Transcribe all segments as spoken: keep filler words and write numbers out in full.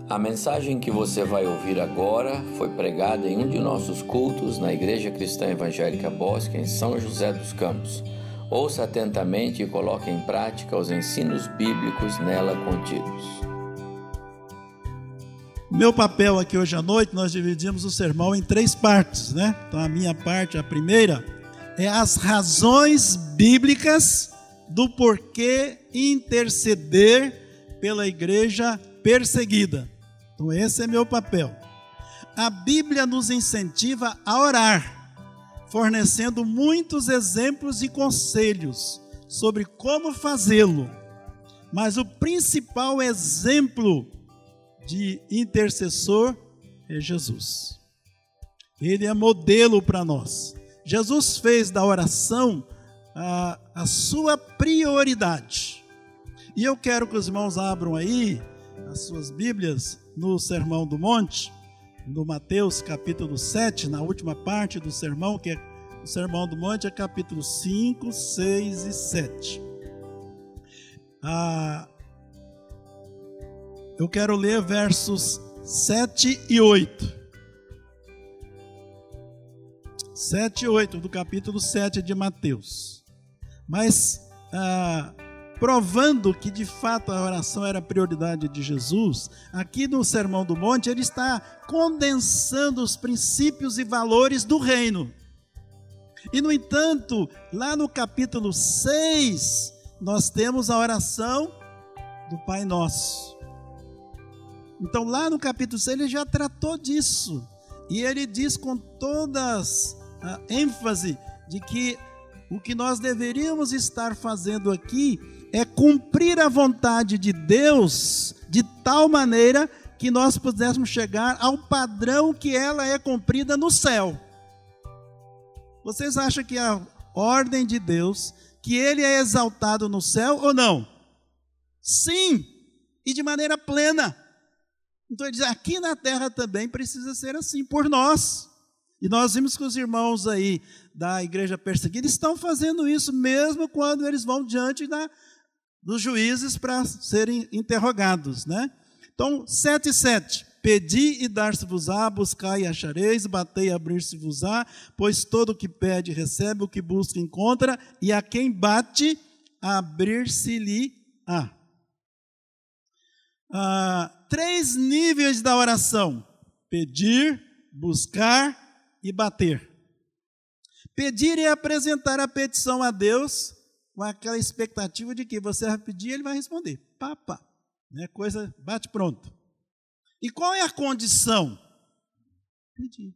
A mensagem que você vai ouvir agora foi pregada em um de nossos cultos na Igreja Cristã Evangélica Bosque, em São José dos Campos. Ouça atentamente e coloque em prática os ensinos bíblicos nela contidos. Meu papel aqui hoje à noite, nós dividimos o sermão em três partes, né? Então a minha parte, a primeira, é as razões bíblicas do porquê interceder pela igreja perseguida. Então esse é meu papel. A Bíblia nos incentiva a orar, fornecendo muitos exemplos e conselhos sobre como fazê-lo. Mas o principal exemplo de intercessor é Jesus. Ele é modelo para nós. Jesus fez da oração a, a sua prioridade. E eu quero que os irmãos abram aí as suas Bíblias no Sermão do Monte, no Mateus capítulo sete, na última parte do sermão, que é o Sermão do Monte, é capítulo cinco, seis e sete. Ah, eu quero ler versos sete e oito. sete e oito do capítulo sete de Mateus. Mas, ah, provando que de fato a oração era a prioridade de Jesus, aqui no Sermão do Monte ele está condensando os princípios e valores do reino. E no entanto, lá no capítulo seis, nós temos a oração do Pai Nosso. Então lá no capítulo seis ele já tratou disso. E ele diz com todas a ênfase de que o que nós deveríamos estar fazendo aqui é cumprir a vontade de Deus de tal maneira que nós pudéssemos chegar ao padrão que ela é cumprida no céu. Vocês acham que a ordem de Deus, que ele é exaltado no céu ou não? Sim, e de maneira plena. Então ele diz, aqui na terra também precisa ser assim, por nós. E nós vimos que os irmãos aí da igreja perseguida estão fazendo isso, mesmo quando eles vão diante da, dos juízes para serem interrogados, né? Então, sete e sete. Pedi e dar-se-vos-á, buscai e achareis, batei e abrir-se-vos-á, pois todo o que pede recebe, o que busca encontra, e a quem bate, abrir-se-lhe-á. Ah, três níveis da oração: pedir, buscar e bater. Pedir é apresentar a petição a Deus com aquela expectativa de que você vai pedir e ele vai responder. Papa, né? Coisa bate pronto. E qual é a condição? Pedir.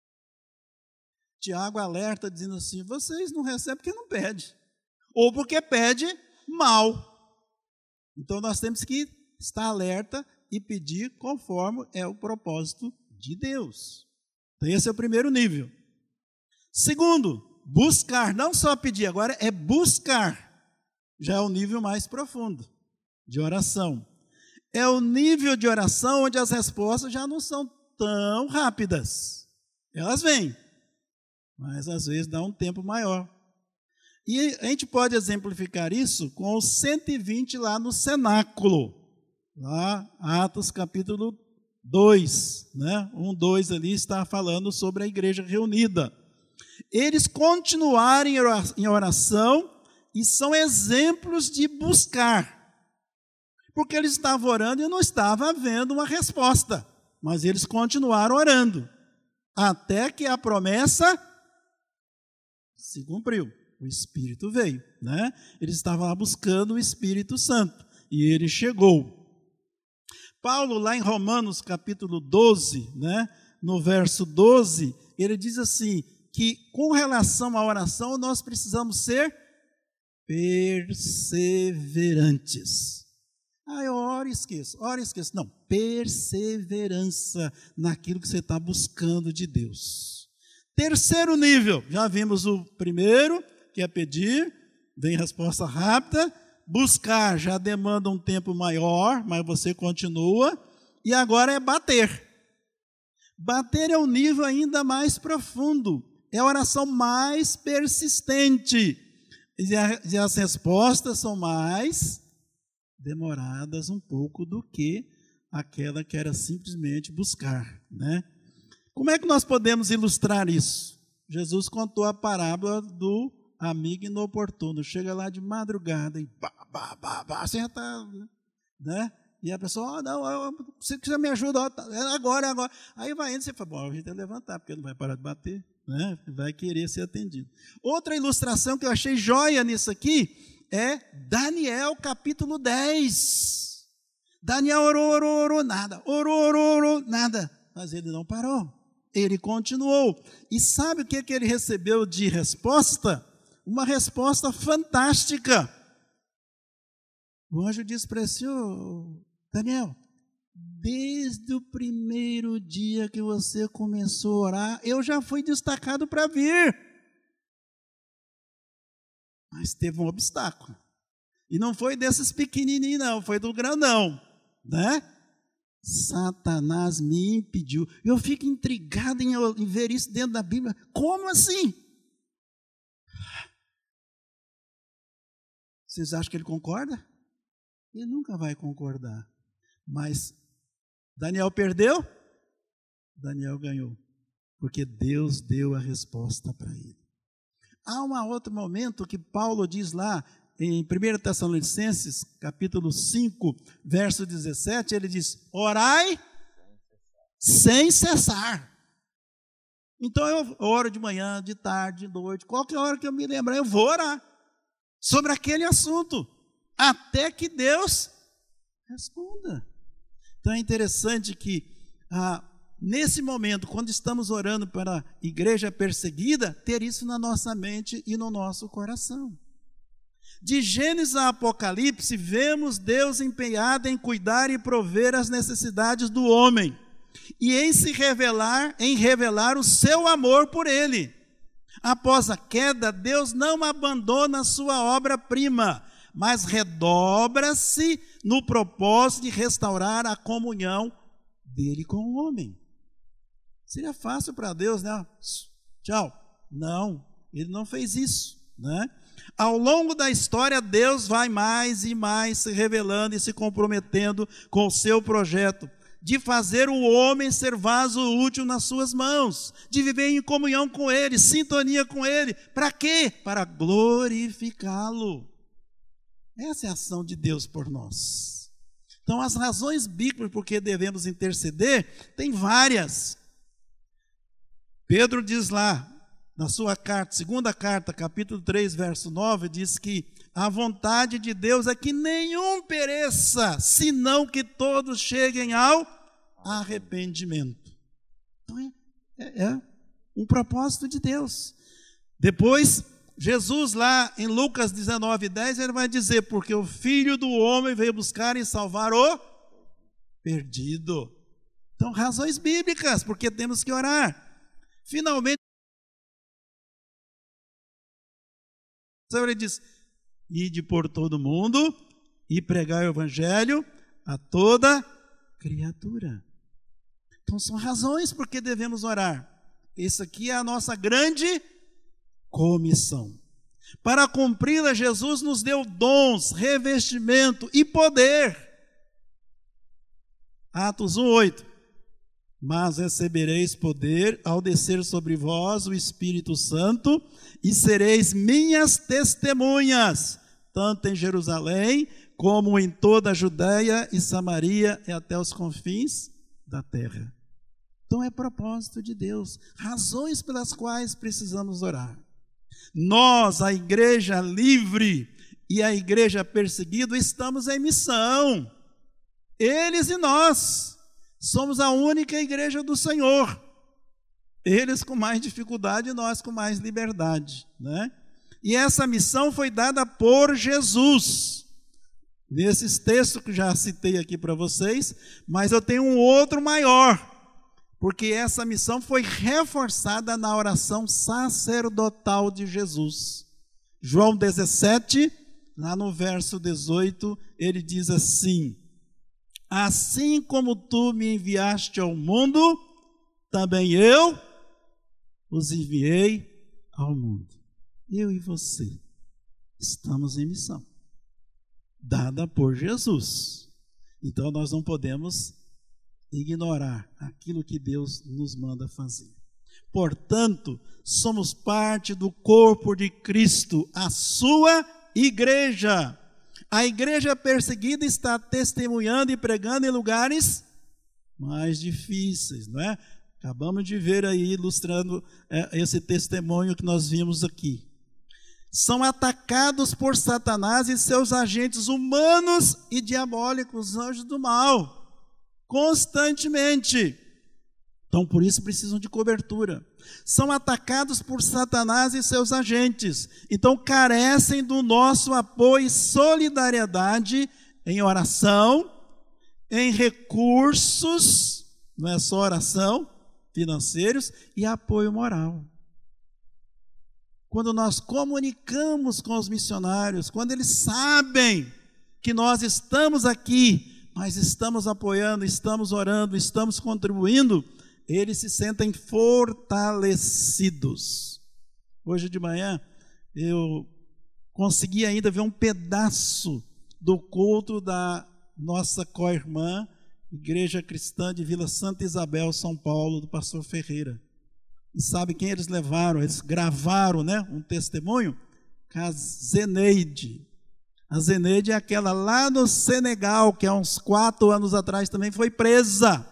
Tiago alerta dizendo assim, vocês não recebem porque não pedem, ou porque pede mal. Então nós temos que estar alerta e pedir conforme é o propósito de Deus. Então esse é o primeiro nível. Segundo, buscar, não só pedir, agora é buscar. Já é o nível mais profundo de oração. É o nível de oração onde as respostas já não são tão rápidas. Elas vêm, mas às vezes dá um tempo maior. E a gente pode exemplificar isso com os cento e vinte lá no cenáculo. Lá, Atos capítulo dois, né? um, dois ali está falando sobre a igreja reunida. Eles continuaram em oração e são exemplos de buscar. Porque eles estavam orando e não estava havendo uma resposta. Mas eles continuaram orando. Até que a promessa se cumpriu. O Espírito veio, né? Eles estavam lá buscando o Espírito Santo. E ele chegou. Paulo, lá em Romanos capítulo doze, né? No verso doze, ele diz assim, que com relação à oração nós precisamos ser perseverantes. Ah, eu oro e esqueço, oro e esqueço. Não, perseverança naquilo que você está buscando de Deus. Terceiro nível, já vimos o primeiro, que é pedir, vem resposta rápida. Buscar já demanda um tempo maior, mas você continua. E agora é bater. Bater é um nível ainda mais profundo. É a oração mais persistente. E, a, e as respostas são mais demoradas um pouco do que aquela que era simplesmente buscar, né? Como é que nós podemos ilustrar isso? Jesus contou a parábola do amigo inoportuno. Chega lá de madrugada e bah, bah, bah, bah, você já está, né? E a pessoa, oh, não, eu, você, você me ajuda, oh, agora, agora. Aí vai indo, você fala, bom, a gente tem que levantar, porque não vai parar de bater, né? Vai querer ser atendido. Outra ilustração que eu achei joia nisso aqui é Daniel capítulo dez. Daniel orou, orou, orou, nada. Orou, orou, orou, nada. Mas ele não parou. Ele continuou. E sabe o que, que ele recebeu de resposta? Uma resposta fantástica. O anjo disse para ele, oh, Daniel, desde o primeiro dia que você começou a orar, eu já fui destacado para vir. Mas teve um obstáculo. E não foi desses pequenininhos, não, foi do grandão, né? Satanás me impediu. Eu fico intrigado em, em ver isso dentro da Bíblia. Como assim? Vocês acham que ele concorda? Ele nunca vai concordar. Mas Daniel perdeu? Daniel ganhou. Porque Deus deu a resposta para ele. Há um outro momento que Paulo diz lá, em primeira Tessalonicenses, capítulo cinco, verso dezessete, ele diz, orai sem cessar. Então eu oro de manhã, de tarde, de noite, qualquer hora que eu me lembrar, eu vou orar sobre aquele assunto, até que Deus responda. Então é interessante que, ah, nesse momento, quando estamos orando para a igreja perseguida, ter isso na nossa mente e no nosso coração. De Gênesis a Apocalipse, vemos Deus empenhado em cuidar e prover as necessidades do homem, e em se revelar, em revelar o seu amor por ele. Após a queda, Deus não abandona a sua obra-prima, mas redobra-se no propósito de restaurar a comunhão dele com o homem. Seria fácil para Deus, né? Tchau. Não, ele não fez isso, né? Ao longo da história, Deus vai mais e mais se revelando e se comprometendo com o seu projeto de fazer o homem ser vaso útil nas suas mãos, de viver em comunhão com ele, sintonia com ele. Para quê? Para glorificá-lo. Essa é a ação de Deus por nós. Então, as razões bíblicas por que devemos interceder, tem várias. Pedro diz lá, na sua carta, segunda carta, capítulo três, verso nove, diz que a vontade de Deus é que nenhum pereça, senão que todos cheguem ao arrependimento. Então é, é um propósito de Deus. Depois, Jesus lá em Lucas dezenove, dez, ele vai dizer, porque o Filho do Homem veio buscar e salvar o perdido. Então, razões bíblicas, porque temos que orar. Finalmente, ele diz, ide por todo mundo e pregar o evangelho a toda criatura. Então são razões por que devemos orar. Isso aqui é a nossa grande comissão. Para cumpri-la, Jesus nos deu dons, revestimento e poder. Atos um, oito. Mas recebereis poder ao descer sobre vós o Espírito Santo, e sereis minhas testemunhas, tanto em Jerusalém, como em toda a Judeia e Samaria e até os confins da terra. Então é propósito de Deus, razões pelas quais precisamos orar. Nós, a igreja livre e a igreja perseguida, estamos em missão. Eles e nós. Somos a única igreja do Senhor. Eles com mais dificuldade e nós com mais liberdade, né? E essa missão foi dada por Jesus. Nesses textos que já citei aqui para vocês, mas eu tenho um outro maior, porque essa missão foi reforçada na oração sacerdotal de Jesus. João dezessete, lá no verso dezoito, ele diz assim: assim como tu me enviaste ao mundo, também eu os enviei ao mundo. Eu e você estamos em missão, dada por Jesus. Então nós não podemos ignorar aquilo que Deus nos manda fazer. Portanto, somos parte do corpo de Cristo, a sua igreja. A igreja perseguida está testemunhando e pregando em lugares mais difíceis, não é? Acabamos de ver aí, ilustrando é, esse testemunho que nós vimos aqui. São atacados por Satanás e seus agentes humanos e diabólicos, anjos do mal, constantemente. Então, por isso precisam de cobertura. São atacados por Satanás e seus agentes. Então, carecem do nosso apoio e solidariedade em oração, em recursos, não é só oração, financeiros, e apoio moral. Quando nós comunicamos com os missionários, quando eles sabem que nós estamos aqui, nós estamos apoiando, estamos orando, estamos contribuindo, eles se sentem fortalecidos. Hoje de manhã eu consegui ainda ver um pedaço do culto da nossa co-irmã, Igreja Cristã de Vila Santa Isabel, São Paulo, do pastor Ferreira. E sabe quem eles levaram? Eles gravaram, né, um testemunho com a Zeneide. A Zeneide é aquela lá no Senegal, que há uns quatro anos atrás também foi presa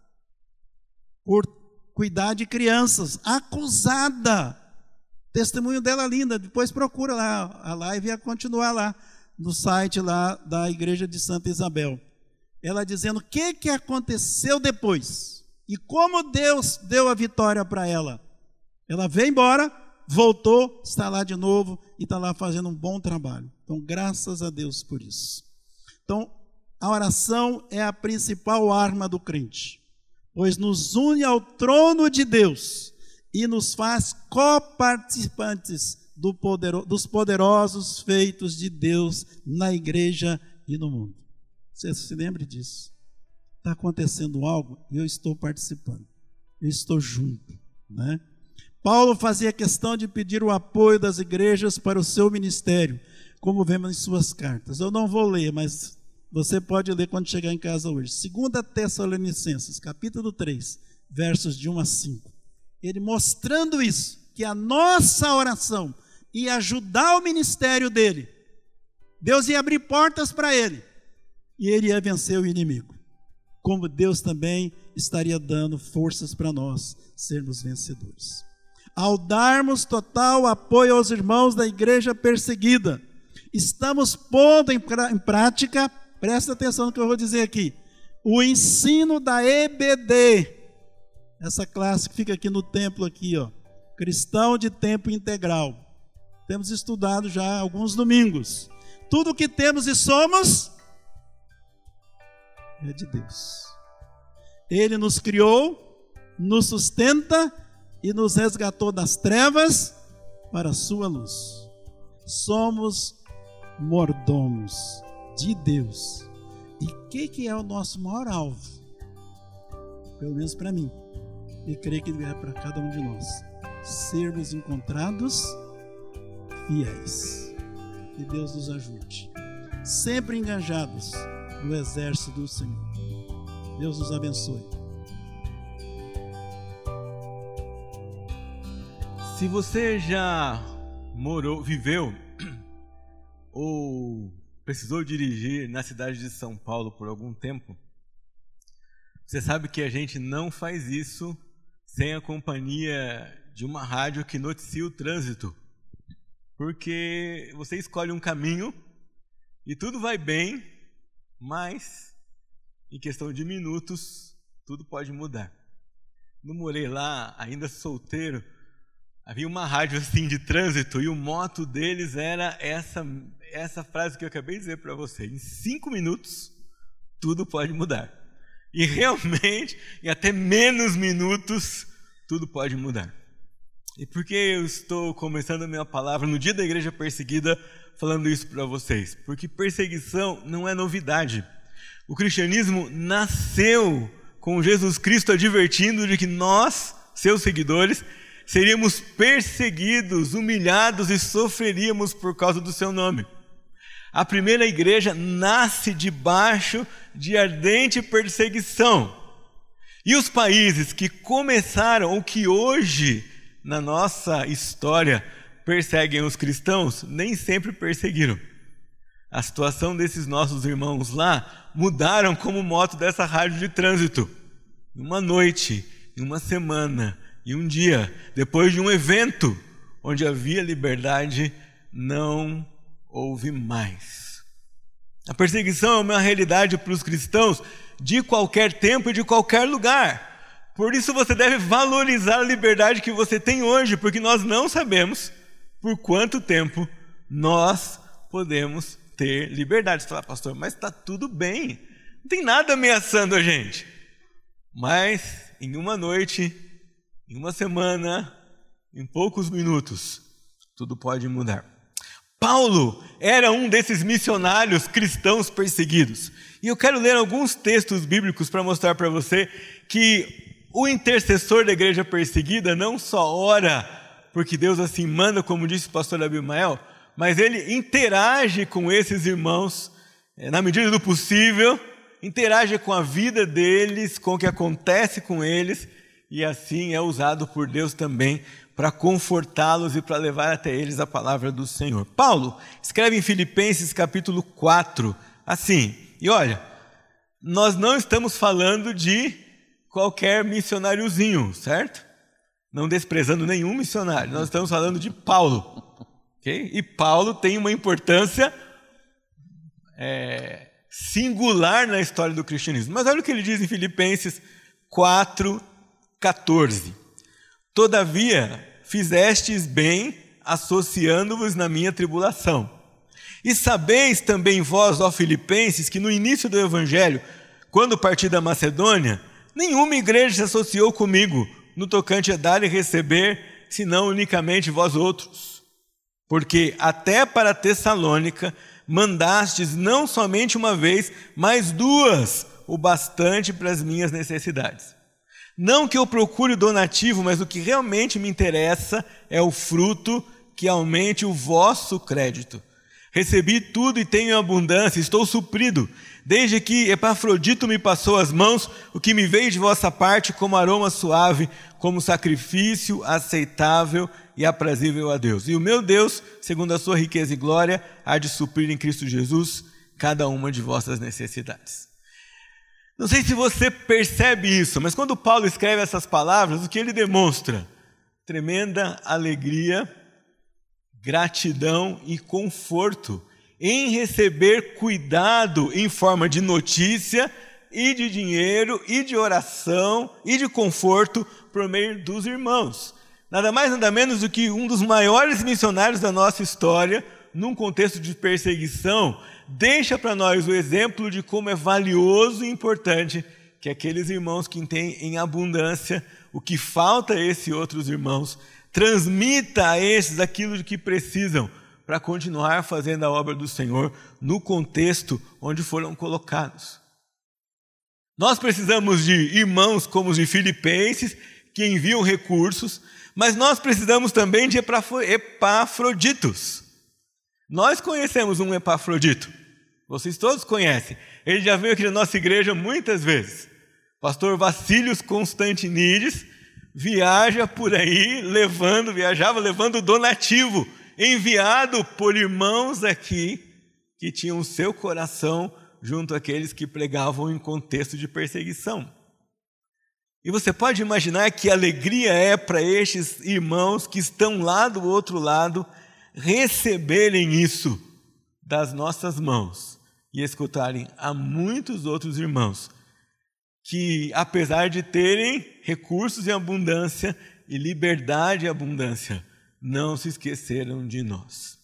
por cuidar de crianças, acusada. Testemunho dela linda, depois procura lá, a live ia continuar lá, no site lá da Igreja de Santa Isabel. Ela dizendo o que, que aconteceu depois, e como Deus deu a vitória para ela. Ela veio embora, voltou, está lá de novo, e está lá fazendo um bom trabalho. Então, graças a Deus por isso. Então, a oração é a principal arma do crente, pois nos une ao trono de Deus e nos faz coparticipantes do poder, dos poderosos feitos de Deus na igreja e no mundo. Você se lembre disso. Está acontecendo algo e eu estou participando. Eu estou junto, né? Paulo fazia questão de pedir o apoio das igrejas para o seu ministério, como vemos em suas cartas. Eu não vou ler, mas você pode ler quando chegar em casa hoje. Segunda Tessalonicenses, capítulo três, versos de um a cinco. Ele mostrando isso, que a nossa oração ia ajudar o ministério dele. Deus ia abrir portas para ele. E ele ia vencer o inimigo. Como Deus também estaria dando forças para nós sermos vencedores. Ao darmos total apoio aos irmãos da igreja perseguida, estamos pondo em prática, presta atenção no que eu vou dizer aqui, o ensino da E B D, essa classe que fica aqui no templo, aqui, ó, cristão de tempo integral. Temos estudado já alguns domingos. Tudo o que temos e somos é de Deus. Ele nos criou, nos sustenta e nos resgatou das trevas para a sua luz. Somos mordomos de Deus. E o que, que é o nosso maior alvo? Pelo menos para mim, e creio que é para cada um de nós, sermos encontrados fiéis. Que Deus nos ajude, sempre engajados no exército do Senhor. Deus nos abençoe. Se você já morou, viveu ou precisou dirigir na cidade de São Paulo por algum tempo, você sabe que a gente não faz isso sem a companhia de uma rádio que noticia o trânsito. Porque você escolhe um caminho e tudo vai bem, mas em questão de minutos tudo pode mudar. Quando morei lá, ainda solteiro, havia uma rádio assim de trânsito e o moto deles era essa, essa frase que eu acabei de dizer para você: em cinco minutos tudo pode mudar. E realmente, em até menos minutos, tudo pode mudar. E por que eu estou começando a minha palavra no dia da igreja perseguida falando isso para vocês? Porque perseguição não é novidade. O cristianismo nasceu com Jesus Cristo advertindo de que nós, seus seguidores, seríamos perseguidos, humilhados e sofreríamos por causa do seu nome. A primeira igreja nasce debaixo de ardente perseguição. E os países que começaram, ou que hoje, na nossa história, perseguem os cristãos, nem sempre perseguiram. A situação desses nossos irmãos lá mudaram como moto dessa rádio de trânsito. Em uma noite, em uma semana, em um dia, depois de um evento onde havia liberdade, não houve mais. A perseguição é uma realidade para os cristãos de qualquer tempo e de qualquer lugar. Por isso você deve valorizar a liberdade que você tem hoje, porque nós não sabemos por quanto tempo nós podemos ter liberdade. Você fala, pastor, mas está tudo bem, não tem nada ameaçando a gente. Mas em uma noite, em uma semana, em poucos minutos, tudo pode mudar. Paulo era um desses missionários cristãos perseguidos. E eu quero ler alguns textos bíblicos para mostrar para você que o intercessor da igreja perseguida não só ora porque Deus assim manda, como disse o pastor Abimael, mas ele interage com esses irmãos, na medida do possível, interage com a vida deles, com o que acontece com eles, e assim é usado por Deus também para confortá-los e para levar até eles a palavra do Senhor. Paulo escreve em Filipenses capítulo quatro, assim, e olha, nós não estamos falando de qualquer missionáriozinho, certo? Não desprezando nenhum missionário, nós estamos falando de Paulo, ok? E Paulo tem uma importância é, singular na história do cristianismo. Mas olha o que ele diz em Filipenses quatro, quatorze. Todavia, fizestes bem associando-vos na minha tribulação. E sabeis também vós, ó Filipenses, que no início do Evangelho, quando parti da Macedônia, nenhuma igreja se associou comigo no tocante a dar e receber, senão unicamente vós outros. Porque até para Tessalônica mandastes não somente uma vez, mas duas, o bastante para as minhas necessidades. Não que eu procure donativo, mas o que realmente me interessa é o fruto que aumente o vosso crédito. Recebi tudo e tenho em abundância, estou suprido, desde que Epafrodito me passou as mãos, o que me veio de vossa parte como aroma suave, como sacrifício aceitável e aprazível a Deus. E o meu Deus, segundo a sua riqueza e glória, há de suprir em Cristo Jesus cada uma de vossas necessidades. Não sei se você percebe isso, mas quando Paulo escreve essas palavras, o que ele demonstra? Tremenda alegria, gratidão e conforto em receber cuidado em forma de notícia e de dinheiro e de oração e de conforto por meio dos irmãos. Nada mais, nada menos do que um dos maiores missionários da nossa história, num contexto de perseguição, deixa para nós o exemplo de como é valioso e importante que aqueles irmãos que têm em abundância o que falta a esses outros irmãos, transmita a esses aquilo de que precisam para continuar fazendo a obra do Senhor no contexto onde foram colocados. Nós precisamos de irmãos como os de Filipenses, que enviam recursos, mas nós precisamos também de Epafroditos. Nós conhecemos um Epafrodito, vocês todos conhecem, ele já veio aqui na nossa igreja muitas vezes. Pastor Vassílios Constantinides viaja por aí, levando, viajava levando donativo, enviado por irmãos aqui, que tinham o seu coração junto àqueles que pregavam em contexto de perseguição. E você pode imaginar que alegria é para estes irmãos que estão lá do outro lado, receberem isso das nossas mãos e escutarem a muitos outros irmãos que, apesar de terem recursos em abundância e liberdade em abundância, não se esqueceram de nós.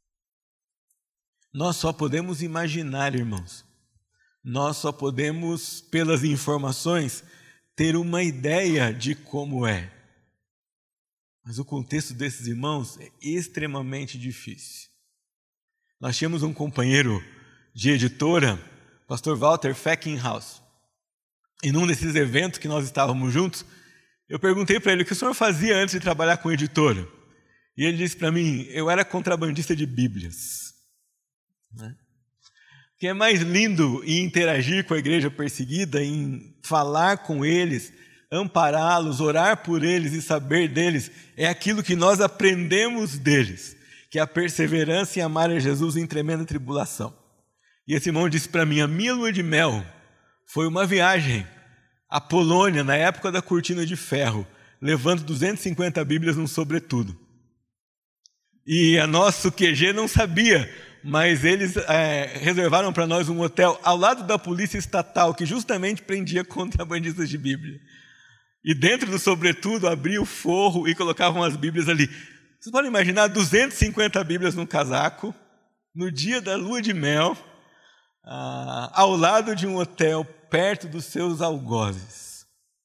Nós só podemos imaginar, irmãos, nós só podemos, pelas informações, ter uma ideia de como é. Mas o contexto desses irmãos é extremamente difícil. Nós tínhamos um companheiro de editora, pastor Walter Feckenhaus, e num desses eventos que nós estávamos juntos, eu perguntei para ele o que o senhor fazia antes de trabalhar com editora. E ele disse para mim, eu era contrabandista de Bíblias. Né? que é mais lindo em interagir com a igreja perseguida, em falar com eles, ampará-los, orar por eles e saber deles, é aquilo que nós aprendemos deles, que é a perseverança em amar a Jesus em tremenda tribulação. E esse irmão disse para mim, a minha lua de mel foi uma viagem à Polônia, na época da cortina de ferro, levando duzentas e cinquenta Bíblias num sobretudo. E a nosso Q G não sabia, mas eles é, reservaram para nós um hotel ao lado da polícia estatal, que justamente prendia contrabandistas de Bíblia. E dentro do sobretudo, abria o forro e colocavam as Bíblias ali. Vocês podem imaginar duzentas e cinquenta Bíblias num casaco, no dia da lua de mel, ah, ao lado de um hotel, perto dos seus algozes.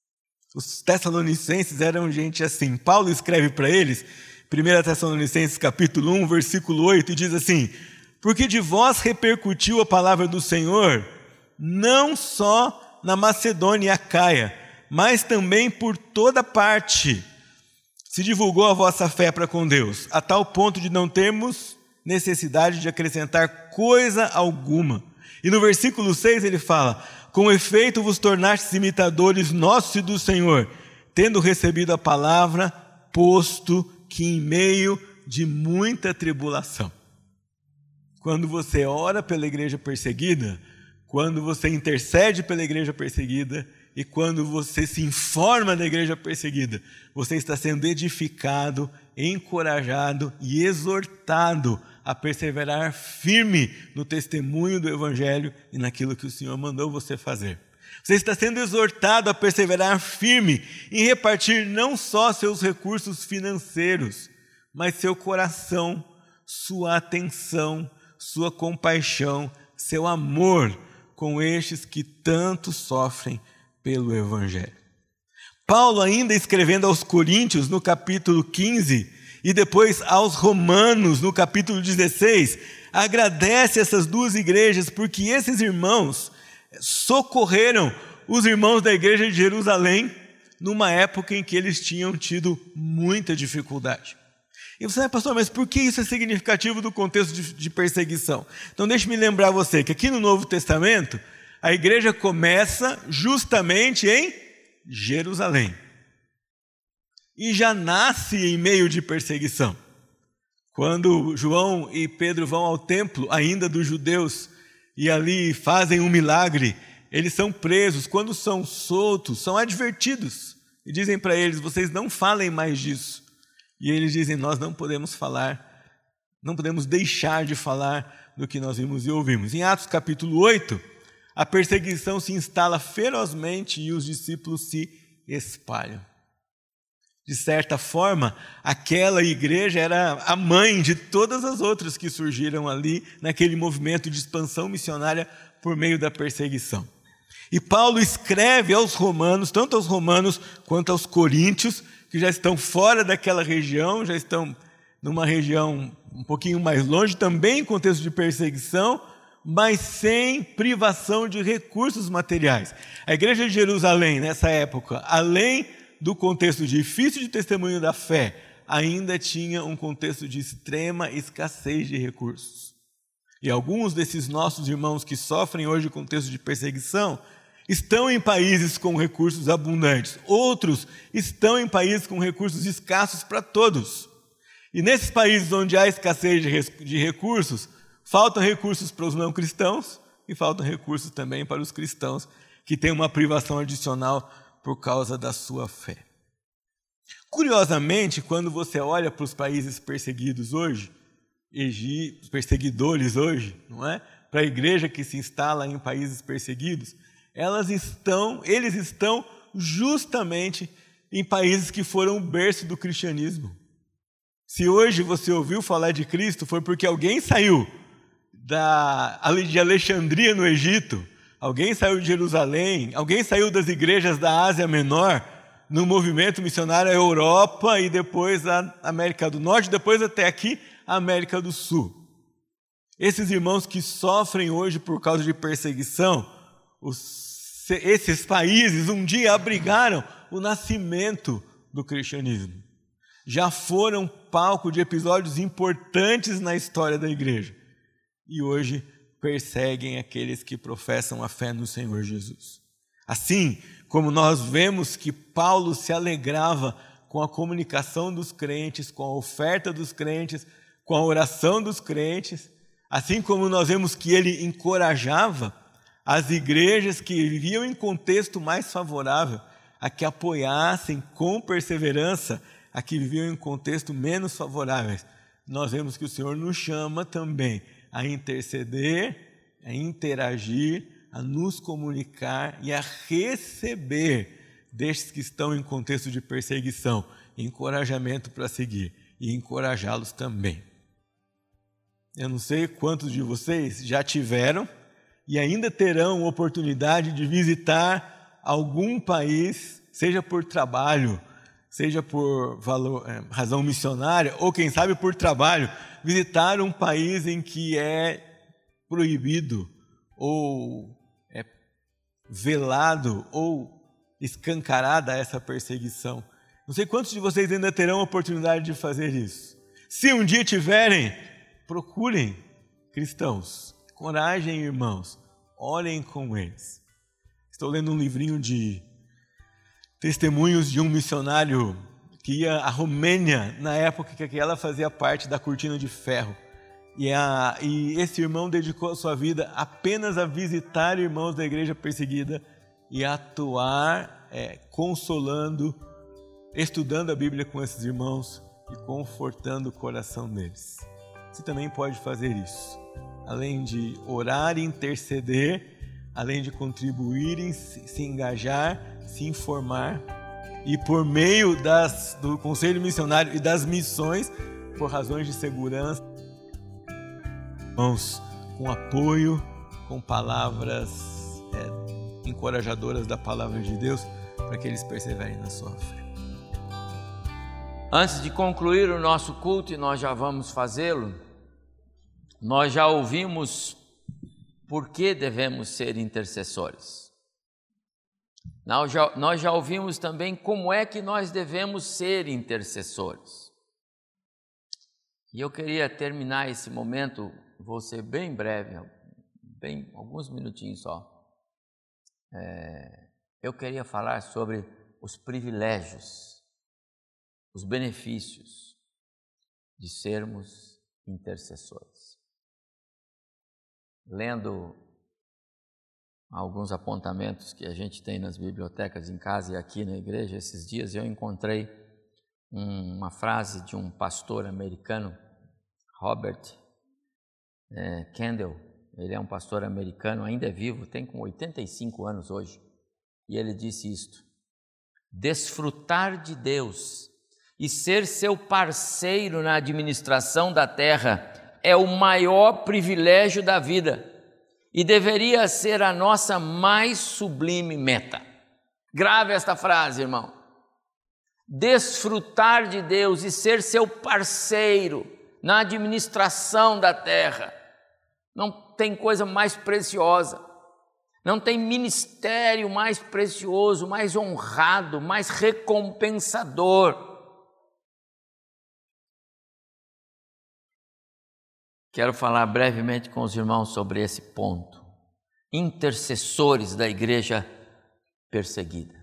Os tessalonicenses eram gente assim. Paulo escreve para eles, primeira Tessalonicenses capítulo um, versículo oito, e diz assim, porque de vós repercutiu a palavra do Senhor, não só na Macedônia e Acaia, mas também por toda parte se divulgou a vossa fé para com Deus, a tal ponto de não termos necessidade de acrescentar coisa alguma. E no versículo seis ele fala, com efeito vos tornastes imitadores nossos e do Senhor, tendo recebido a palavra, posto que em meio de muita tribulação. Quando você ora pela igreja perseguida, quando você intercede pela igreja perseguida e quando você se informa da igreja perseguida, você está sendo edificado, encorajado e exortado a perseverar firme no testemunho do Evangelho e naquilo que o Senhor mandou você fazer. Você está sendo exortado a perseverar firme em repartir não só seus recursos financeiros, mas seu coração, sua atenção, sua compaixão, seu amor com estes que tanto sofrem pelo Evangelho. Paulo, ainda escrevendo aos Coríntios, no capítulo quinze, e depois aos Romanos, no capítulo dezesseis, agradece essas duas igrejas, porque esses irmãos socorreram os irmãos da igreja de Jerusalém numa época em que eles tinham tido muita dificuldade. E você, pastor, mas por que isso é significativo do contexto de, de perseguição? Então deixe-me lembrar você que aqui no Novo Testamento, a igreja começa justamente em Jerusalém. E já nasce em meio de perseguição. Quando João e Pedro vão ao templo, ainda dos judeus, e ali fazem um milagre, eles são presos. Quando são soltos, são advertidos. E dizem para eles, vocês não falem mais disso. E eles dizem, nós não podemos falar, não podemos deixar de falar do que nós vimos e ouvimos. Em Atos capítulo oito, a perseguição se instala ferozmente e os discípulos se espalham. De certa forma, aquela igreja era a mãe de todas as outras que surgiram ali naquele movimento de expansão missionária por meio da perseguição. E Paulo escreve aos romanos, tanto aos romanos quanto aos coríntios, que já estão fora daquela região, já estão numa região um pouquinho mais longe, também em contexto de perseguição, mas sem privação de recursos materiais. A igreja de Jerusalém, nessa época, além do contexto difícil de testemunho da fé, ainda tinha um contexto de extrema escassez de recursos. E alguns desses nossos irmãos que sofrem hoje o contexto de perseguição estão em países com recursos abundantes. Outros estão em países com recursos escassos para todos. E nesses países onde há escassez de recursos, faltam recursos para os não cristãos e faltam recursos também para os cristãos que têm uma privação adicional por causa da sua fé. Curiosamente, quando você olha para os países perseguidos hoje, perseguidores hoje, não é? Para a igreja que se instala em países perseguidos, elas estão, eles estão justamente em países que foram o berço do cristianismo. Se hoje você ouviu falar de Cristo, foi porque alguém saiu da, de Alexandria, no Egito, alguém saiu de Jerusalém, alguém saiu das igrejas da Ásia Menor, no movimento missionário à Europa e depois à América do Norte, depois até aqui, a América do Sul. Esses irmãos que sofrem hoje por causa de perseguição, os, esses países um dia abrigaram o nascimento do cristianismo. Já foram palco de episódios importantes na história da igreja. E hoje perseguem aqueles que professam a fé no Senhor Jesus. Assim como nós vemos que Paulo se alegrava com a comunicação dos crentes, com a oferta dos crentes, com a oração dos crentes, assim como nós vemos que ele encorajava as igrejas que viviam em contexto mais favorável a que apoiassem com perseverança a que viviam em contexto menos favoráveis, nós vemos que o Senhor nos chama também a interceder, a interagir, a nos comunicar e a receber destes que estão em contexto de perseguição, encorajamento para seguir e encorajá-los também. Eu não sei quantos de vocês já tiveram e ainda terão oportunidade de visitar algum país, seja por trabalho, seja por valor, é, razão missionária, ou quem sabe por trabalho, visitar um país em que é proibido, ou é velado, ou escancarada essa perseguição. Não sei quantos de vocês ainda terão a oportunidade de fazer isso. Se um dia tiverem, procurem cristãos, coragem, irmãos, orem com eles. Estou lendo um livrinho de testemunhos de um missionário que ia à Romênia na época que ela fazia parte da Cortina de Ferro. E, a, e esse irmão dedicou a sua vida apenas a visitar irmãos da igreja perseguida e a atuar é, consolando, estudando a Bíblia com esses irmãos e confortando o coração deles. Você também pode fazer isso. Além de orar e interceder, além de contribuir, em se, se engajar, se informar e por meio das, do Conselho Missionário e das missões, por razões de segurança, irmãos, com apoio, com palavras é, encorajadoras da palavra de Deus, para que eles perseverem na sua fé. Antes de concluir o nosso culto, e nós já vamos fazê-lo, nós já ouvimos por que devemos ser intercessores. Nós já, nós já ouvimos também como é que nós devemos ser intercessores. E eu queria terminar esse momento, vou ser bem breve, bem, alguns minutinhos só. É, eu queria falar sobre os privilégios, os benefícios de sermos intercessores. Lendo alguns apontamentos que a gente tem nas bibliotecas em casa e aqui na igreja, esses dias eu encontrei uma frase de um pastor americano, Robert é, Kendall. Ele é um pastor americano, ainda é vivo, tem com oitenta e cinco anos hoje, e ele disse isto: desfrutar de Deus e ser seu parceiro na administração da terra é o maior privilégio da vida e deveria ser a nossa mais sublime meta. Grave esta frase, irmão. Desfrutar de Deus e ser seu parceiro na administração da terra. Não tem coisa mais preciosa, não tem ministério mais precioso, mais honrado, mais recompensador. Quero falar brevemente com os irmãos sobre esse ponto. Intercessores da igreja perseguida.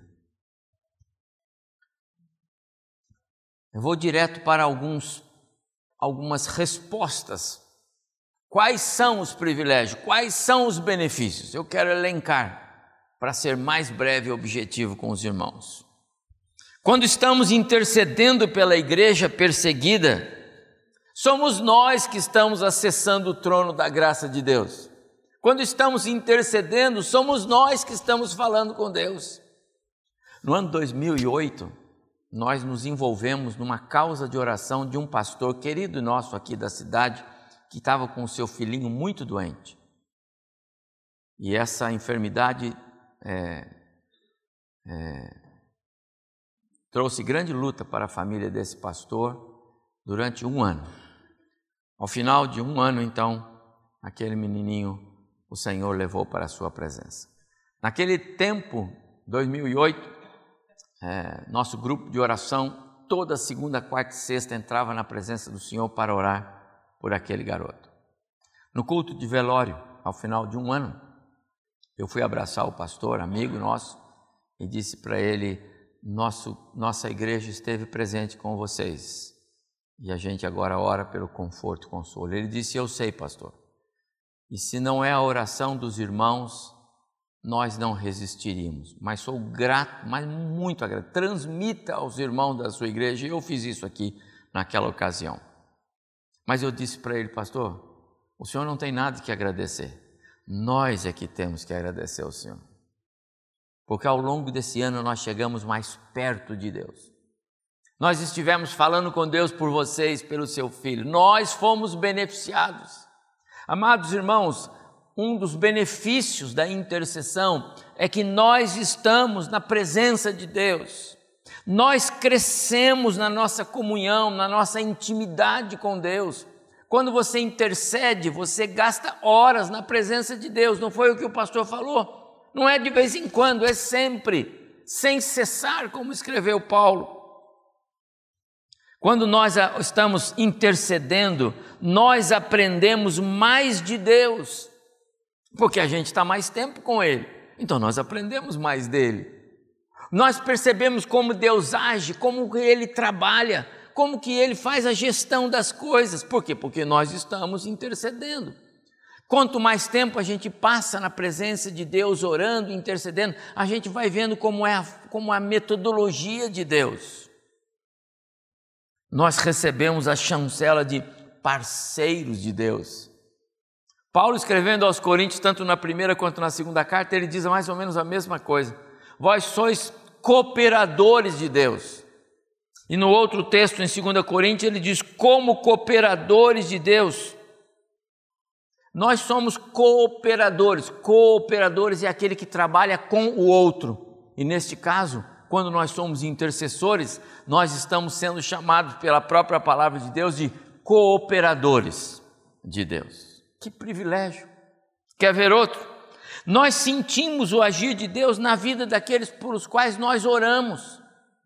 Eu vou direto para alguns, algumas respostas. Quais são os privilégios? Quais são os benefícios? Eu quero elencar para ser mais breve e objetivo com os irmãos. Quando estamos intercedendo pela igreja perseguida, somos nós que estamos acessando o trono da graça de Deus. Quando estamos intercedendo, somos nós que estamos falando com Deus. No ano dois mil e oito, nós nos envolvemos numa causa de oração de um pastor querido nosso aqui da cidade, que estava com o seu filhinho muito doente. E essa enfermidade é, é, trouxe grande luta para a família desse pastor durante um ano. Ao final de um ano, então, aquele menininho, o Senhor levou para a sua presença. Naquele tempo, dois mil e oito, é, nosso grupo de oração, toda segunda, quarta e sexta, entrava na presença do Senhor para orar por aquele garoto. No culto de velório, ao final de um ano, eu fui abraçar o pastor, amigo nosso, e disse para ele, Nosso, nossa igreja esteve presente com vocês, e a gente agora ora pelo conforto e consolo. Ele disse, eu sei, pastor, e se não é a oração dos irmãos, nós não resistiríamos, mas sou grato, mas muito grato, transmita aos irmãos da sua igreja, e eu fiz isso aqui naquela ocasião. Mas eu disse para ele, pastor, o senhor não tem nada que agradecer, nós é que temos que agradecer ao Senhor, porque ao longo desse ano nós chegamos mais perto de Deus, nós estivemos falando com Deus por vocês, pelo seu Filho, nós fomos beneficiados. Amados irmãos, um dos benefícios da intercessão é que nós estamos na presença de Deus, nós crescemos na nossa comunhão, na nossa intimidade com Deus. Quando você intercede, você gasta horas na presença de Deus, não foi o que o pastor falou? Não é de vez em quando, é sempre, sem cessar, como escreveu Paulo. Quando nós estamos intercedendo, nós aprendemos mais de Deus, porque a gente está mais tempo com Ele, então nós aprendemos mais dele. Nós percebemos como Deus age, como Ele trabalha, como que Ele faz a gestão das coisas. Por quê? Porque nós estamos intercedendo. Quanto mais tempo a gente passa na presença de Deus, orando, intercedendo, a gente vai vendo como é a, como a metodologia de Deus. Nós recebemos a chancela de parceiros de Deus. Paulo, escrevendo aos Coríntios, tanto na primeira quanto na segunda carta, ele diz mais ou menos a mesma coisa. Vós sois cooperadores de Deus. E no outro texto, em dois Coríntios, ele diz, como cooperadores de Deus. Nós somos cooperadores. Cooperadores é aquele que trabalha com o outro. E neste caso, quando nós somos intercessores, nós estamos sendo chamados pela própria palavra de Deus de cooperadores de Deus. Que privilégio! Quer ver outro? Nós sentimos o agir de Deus na vida daqueles por os quais nós oramos.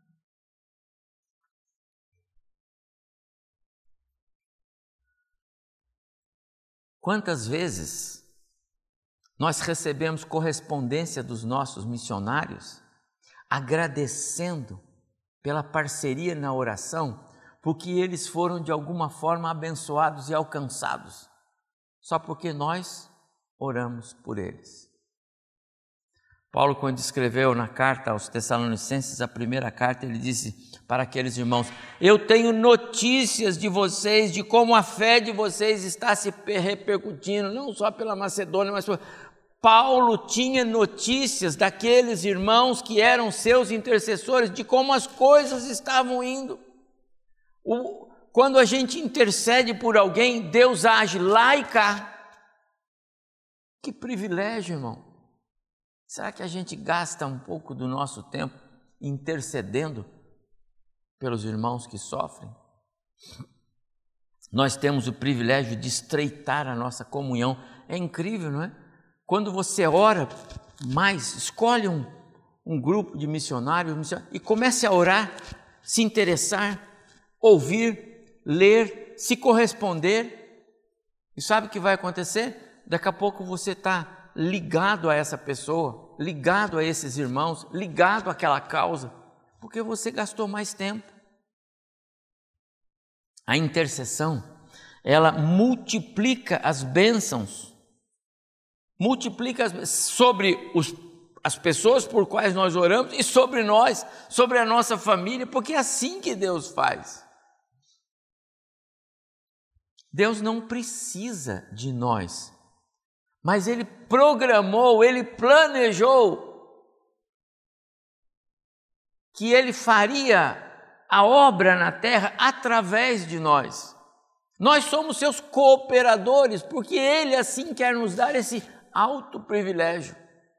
Quantas vezes nós recebemos correspondência dos nossos missionários, agradecendo pela parceria na oração, porque eles foram de alguma forma abençoados e alcançados, só porque nós oramos por eles. Paulo, quando escreveu na carta aos Tessalonicenses, a primeira carta, ele disse para aqueles irmãos, eu tenho notícias de vocês, de como a fé de vocês está se repercutindo, não só pela Macedônia, mas por... Paulo tinha notícias daqueles irmãos que eram seus intercessores, de como as coisas estavam indo. O... Quando a gente intercede por alguém, Deus age lá e cá. Que privilégio, irmão. Será que a gente gasta um pouco do nosso tempo intercedendo pelos irmãos que sofrem? Nós temos o privilégio de estreitar a nossa comunhão. É incrível, não é? Quando você ora mais, escolhe um, um grupo de missionários, missionários e comece a orar, se interessar, ouvir, ler, se corresponder. E sabe o que vai acontecer? Daqui a pouco você está ligado a essa pessoa, ligado a esses irmãos, ligado àquela causa, porque você gastou mais tempo. A intercessão, ela multiplica as bênçãos, multiplica as, sobre os, as pessoas por quais nós oramos e sobre nós, sobre a nossa família, porque é assim que Deus faz. Deus não precisa de nós, mas Ele programou, Ele planejou que Ele faria a obra na terra através de nós. Nós somos seus cooperadores, porque Ele assim quer nos dar esse alto privilégio.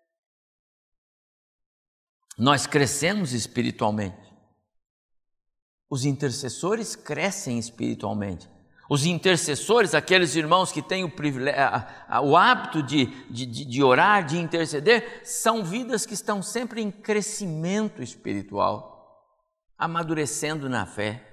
Nós crescemos espiritualmente. Os intercessores crescem espiritualmente. Os intercessores, aqueles irmãos que têm o, privilégio, a, a, o hábito de, de, de orar, de interceder, são vidas que estão sempre em crescimento espiritual, amadurecendo na fé.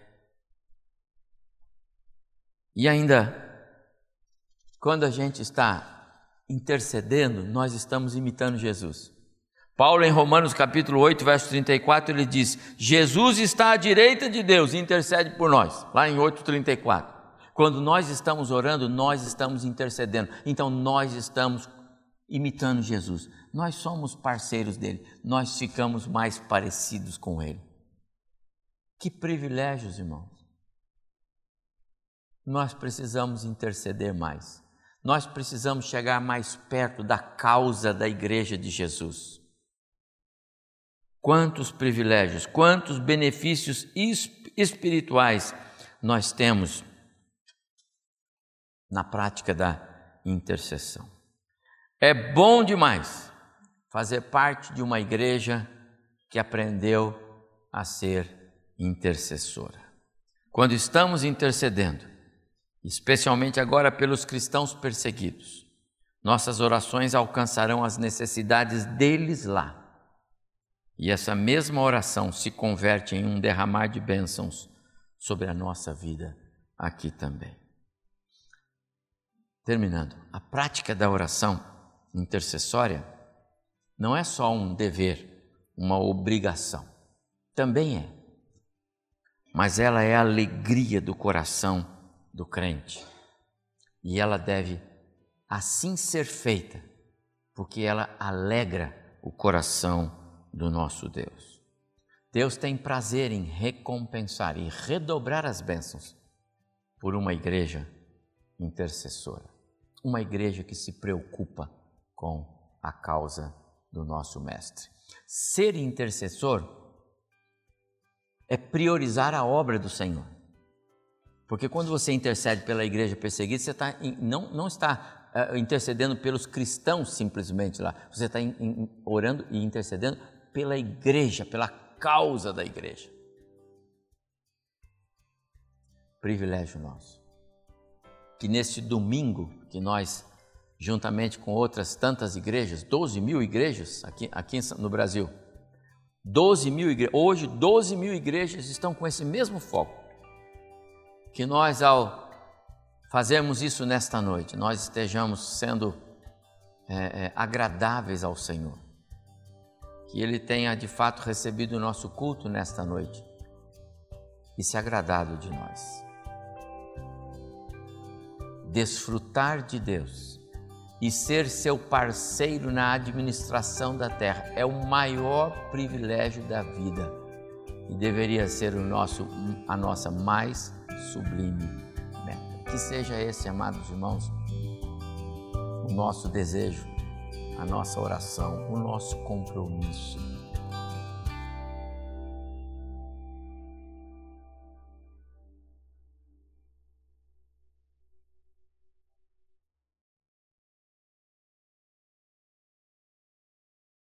E ainda, quando a gente está intercedendo, nós estamos imitando Jesus. Paulo, em Romanos capítulo oito, verso trinta e quatro, ele diz: Jesus está à direita de Deus e intercede por nós, lá em oito, trinta e quatro. Quando nós estamos orando, nós estamos intercedendo, então nós estamos imitando Jesus, nós somos parceiros dele, nós ficamos mais parecidos com ele. Que privilégios, irmãos! Nós precisamos interceder mais, nós precisamos chegar mais perto da causa da igreja de Jesus. Quantos privilégios, quantos benefícios espirituais nós temos na prática da intercessão. É bom demais fazer parte de uma igreja que aprendeu a ser intercessora. Quando estamos intercedendo, especialmente agora pelos cristãos perseguidos, nossas orações alcançarão as necessidades deles lá. E essa mesma oração se converte em um derramar de bênçãos sobre a nossa vida aqui também. Terminando, a prática da oração intercessória não é só um dever, uma obrigação. Também é. Mas ela é a alegria do coração do crente. E ela deve assim ser feita, porque ela alegra o coração do nosso Deus. Deus tem prazer em recompensar e redobrar as bênçãos por uma igreja intercessora, uma igreja que se preocupa com a causa do nosso Mestre. Ser intercessor é priorizar a obra do Senhor, porque quando você intercede pela igreja perseguida, você tá, não, não está uh, intercedendo pelos cristãos simplesmente lá, você está in, in, orando e intercedendo pela igreja, pela causa da igreja. Privilégio nosso. Que neste domingo, que nós, juntamente com outras tantas igrejas, doze mil igrejas aqui, aqui no Brasil, doze mil igrejas, hoje doze mil igrejas estão com esse mesmo foco. Que nós, ao fazermos isso nesta noite, nós estejamos sendo é, é, agradáveis ao Senhor. Que Ele tenha de fato recebido o nosso culto nesta noite e se agradado de nós. Desfrutar de Deus e ser seu parceiro na administração da terra é o maior privilégio da vida e deveria ser o nosso, a nossa mais sublime meta. Que seja esse, amados irmãos, o nosso desejo, a nossa oração, o nosso compromisso.